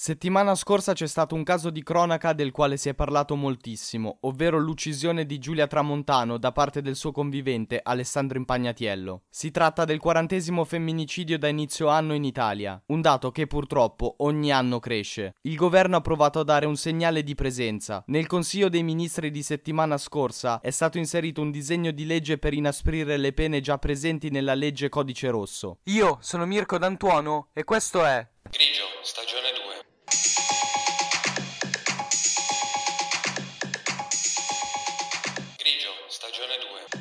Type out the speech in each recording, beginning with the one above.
Settimana scorsa c'è stato un caso di cronaca del quale si è parlato moltissimo, ovvero l'uccisione di Giulia Tramontano da parte del suo convivente Alessandro Impagnatiello. Si tratta del 40° femminicidio da inizio anno in Italia, un dato che purtroppo ogni anno cresce. Il governo ha provato a dare un segnale di presenza. Nel Consiglio dei Ministri di settimana scorsa è stato inserito un disegno di legge per inasprire le pene già presenti nella legge Codice Rosso. Io sono Mirko D'Antuono e questo è Grigio, stagione 2. Grigio, stagione 2.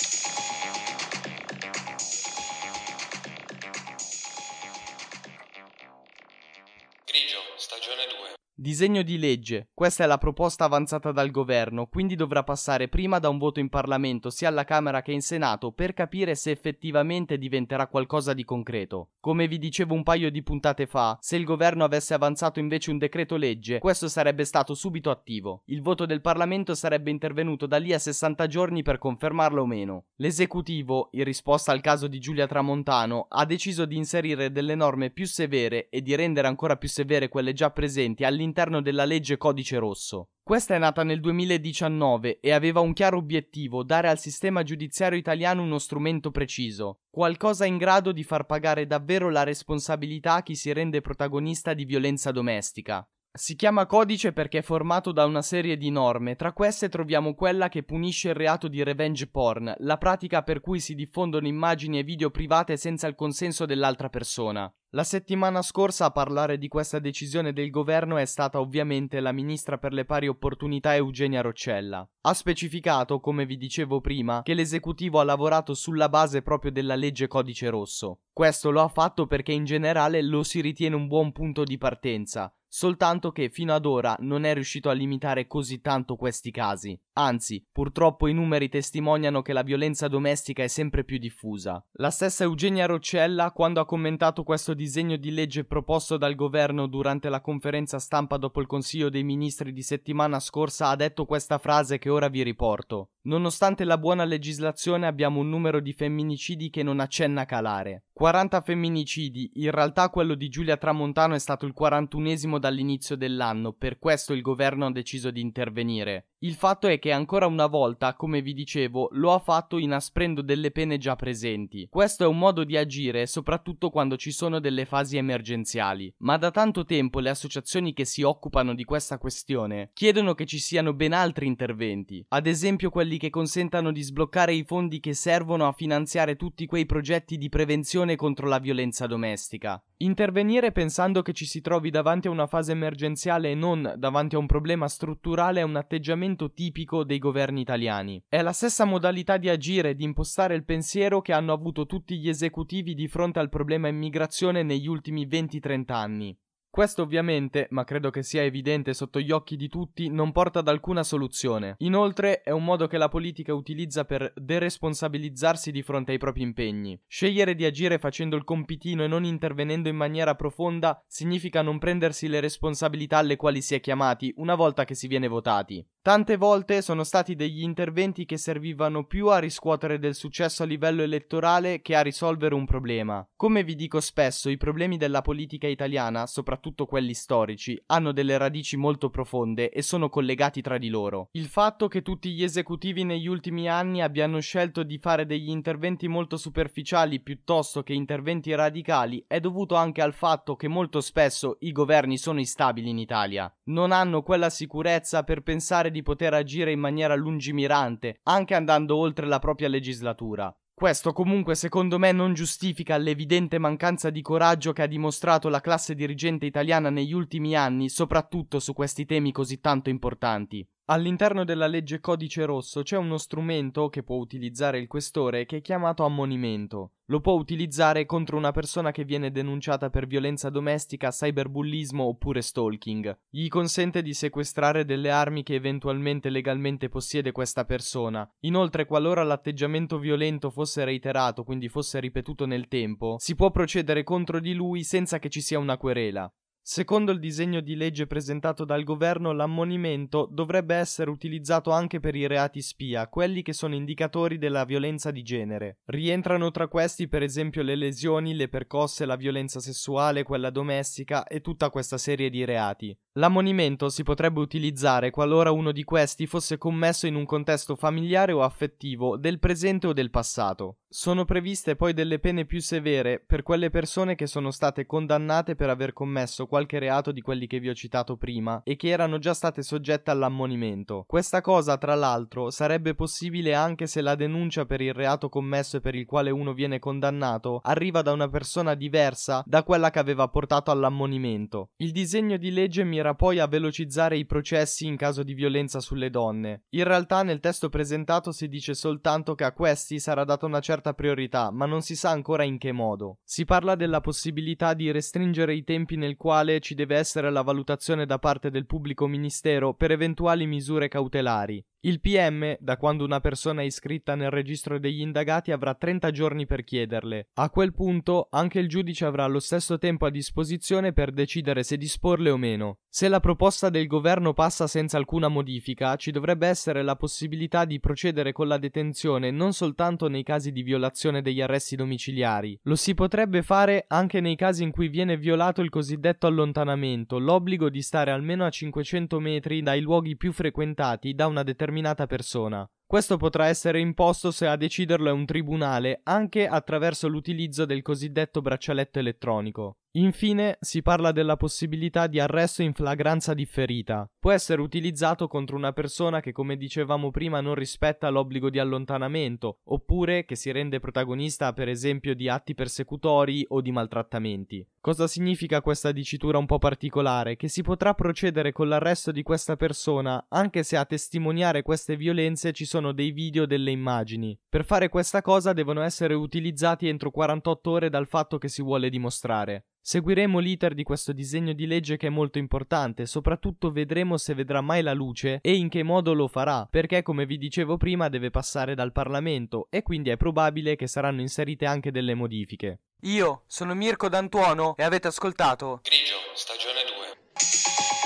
Grigio, stagione 2. Disegno di legge. Questa è la proposta avanzata dal governo, quindi dovrà passare prima da un voto in Parlamento sia alla Camera che in Senato per capire se effettivamente diventerà qualcosa di concreto. Come vi dicevo un paio di puntate fa, se il governo avesse avanzato invece un decreto legge, questo sarebbe stato subito attivo. Il voto del Parlamento sarebbe intervenuto da lì a 60 giorni per confermarlo o meno. L'esecutivo, in risposta al caso di Giulia Tramontano, ha deciso di inserire delle norme più severe e di rendere ancora più severe quelle già presenti all'interno della legge Codice Rosso. Questa è nata nel 2019 e aveva un chiaro obiettivo: dare al sistema giudiziario italiano uno strumento preciso, qualcosa in grado di far pagare davvero la responsabilità a chi si rende protagonista di violenza domestica. Si chiama codice perché è formato da una serie di norme. Tra queste troviamo quella che punisce il reato di revenge porn, la pratica per cui si diffondono immagini e video private senza il consenso dell'altra persona. La settimana scorsa a parlare di questa decisione del governo è stata ovviamente la ministra per le pari opportunità Eugenia Roccella. Ha specificato, come vi dicevo prima, che l'esecutivo ha lavorato sulla base proprio della legge Codice Rosso. Questo lo ha fatto perché in generale lo si ritiene un buon punto di partenza, soltanto che fino ad ora non è riuscito a limitare così tanto questi casi. Anzi, purtroppo i numeri testimoniano che la violenza domestica è sempre più diffusa. La stessa Eugenia Roccella, quando ha commentato questo disegno di legge proposto dal governo durante la conferenza stampa dopo il Consiglio dei Ministri di settimana scorsa, ha detto questa frase che ora vi riporto: nonostante la buona legislazione abbiamo un numero di femminicidi che non accenna a calare. 40 femminicidi, in realtà quello di Giulia Tramontano è stato il 41esimo dall'inizio dell'anno, per questo il governo ha deciso di intervenire. Il fatto è che ancora una volta, come vi dicevo, lo ha fatto inasprendo delle pene già presenti. Questo è un modo di agire soprattutto quando ci sono delle fasi emergenziali, ma da tanto tempo le associazioni che si occupano di questa questione chiedono che ci siano ben altri interventi, ad esempio quelli che consentano di sbloccare i fondi che servono a finanziare tutti quei progetti di prevenzione contro la violenza domestica. Intervenire pensando che ci si trovi davanti a una fase emergenziale e non davanti a un problema strutturale è un atteggiamento tipico dei governi italiani. È la stessa modalità di agire e di impostare il pensiero che hanno avuto tutti gli esecutivi di fronte al problema immigrazione negli ultimi 20-30 anni. Questo ovviamente, ma credo che sia evidente sotto gli occhi di tutti, non porta ad alcuna soluzione. Inoltre è un modo che la politica utilizza per deresponsabilizzarsi di fronte ai propri impegni. Scegliere di agire facendo il compitino e non intervenendo in maniera profonda significa non prendersi le responsabilità alle quali si è chiamati una volta che si viene votati. Tante volte sono stati degli interventi che servivano più a riscuotere del successo a livello elettorale che a risolvere un problema. Come vi dico spesso, i problemi della politica italiana, soprattutto quelli storici, hanno delle radici molto profonde e sono collegati tra di loro. Il fatto che tutti gli esecutivi negli ultimi anni abbiano scelto di fare degli interventi molto superficiali piuttosto che interventi radicali è dovuto anche al fatto che molto spesso i governi sono instabili in Italia. Non hanno quella sicurezza per pensare di poter agire in maniera lungimirante, anche andando oltre la propria legislatura. Questo comunque secondo me non giustifica l'evidente mancanza di coraggio che ha dimostrato la classe dirigente italiana negli ultimi anni, soprattutto su questi temi così tanto importanti. All'interno della legge Codice Rosso c'è uno strumento che può utilizzare il questore che è chiamato ammonimento. Lo può utilizzare contro una persona che viene denunciata per violenza domestica, cyberbullismo oppure stalking. Gli consente di sequestrare delle armi che eventualmente legalmente possiede questa persona. Inoltre, qualora l'atteggiamento violento fosse reiterato, quindi fosse ripetuto nel tempo, si può procedere contro di lui senza che ci sia una querela. Secondo il disegno di legge presentato dal governo, l'ammonimento dovrebbe essere utilizzato anche per i reati spia, quelli che sono indicatori della violenza di genere. Rientrano tra questi per esempio le lesioni, le percosse, la violenza sessuale, quella domestica e tutta questa serie di reati. L'ammonimento si potrebbe utilizzare qualora uno di questi fosse commesso in un contesto familiare o affettivo del presente o del passato. Sono previste poi delle pene più severe per quelle persone che sono state condannate per aver commesso qualche reato di quelli che vi ho citato prima e che erano già state soggette all'ammonimento. Questa cosa, tra l'altro, sarebbe possibile anche se la denuncia per il reato commesso e per il quale uno viene condannato arriva da una persona diversa da quella che aveva portato all'ammonimento. Il disegno di legge mira poi a velocizzare i processi in caso di violenza sulle donne. In realtà nel testo presentato si dice soltanto che a questi sarà data una certa priorità, ma non si sa ancora in che modo. Si parla della possibilità di restringere i tempi nel quale ci deve essere la valutazione da parte del pubblico ministero per eventuali misure cautelari. Il PM, da quando una persona è iscritta nel registro degli indagati, avrà 30 giorni per chiederle. A quel punto anche il giudice avrà lo stesso tempo a disposizione per decidere se disporle o meno. Se la proposta del governo passa senza alcuna modifica, ci dovrebbe essere la possibilità di procedere con la detenzione non soltanto nei casi di violazione degli arresti domiciliari. Lo si potrebbe fare anche nei casi in cui viene violato il cosiddetto allontanamento, l'obbligo di stare almeno a 500 metri dai luoghi più frequentati da una determinata persona. Questo potrà essere imposto se a deciderlo è un tribunale, anche attraverso l'utilizzo del cosiddetto braccialetto elettronico. Infine, si parla della possibilità di arresto in flagranza differita. Può essere utilizzato contro una persona che, come dicevamo prima, non rispetta l'obbligo di allontanamento, oppure che si rende protagonista, per esempio, di atti persecutori o di maltrattamenti. Cosa significa questa dicitura un po' particolare? Che si potrà procedere con l'arresto di questa persona anche se a testimoniare queste violenze ci sono dei video o delle immagini. Per fare questa cosa devono essere utilizzati entro 48 ore dal fatto che si vuole dimostrare. Seguiremo l'iter di questo disegno di legge che è molto importante, soprattutto vedremo se vedrà mai la luce e in che modo lo farà, perché come vi dicevo prima deve passare dal Parlamento e quindi è probabile che saranno inserite anche delle modifiche. Io sono Mirko D'Antuono e avete ascoltato Grigio, stagione 2.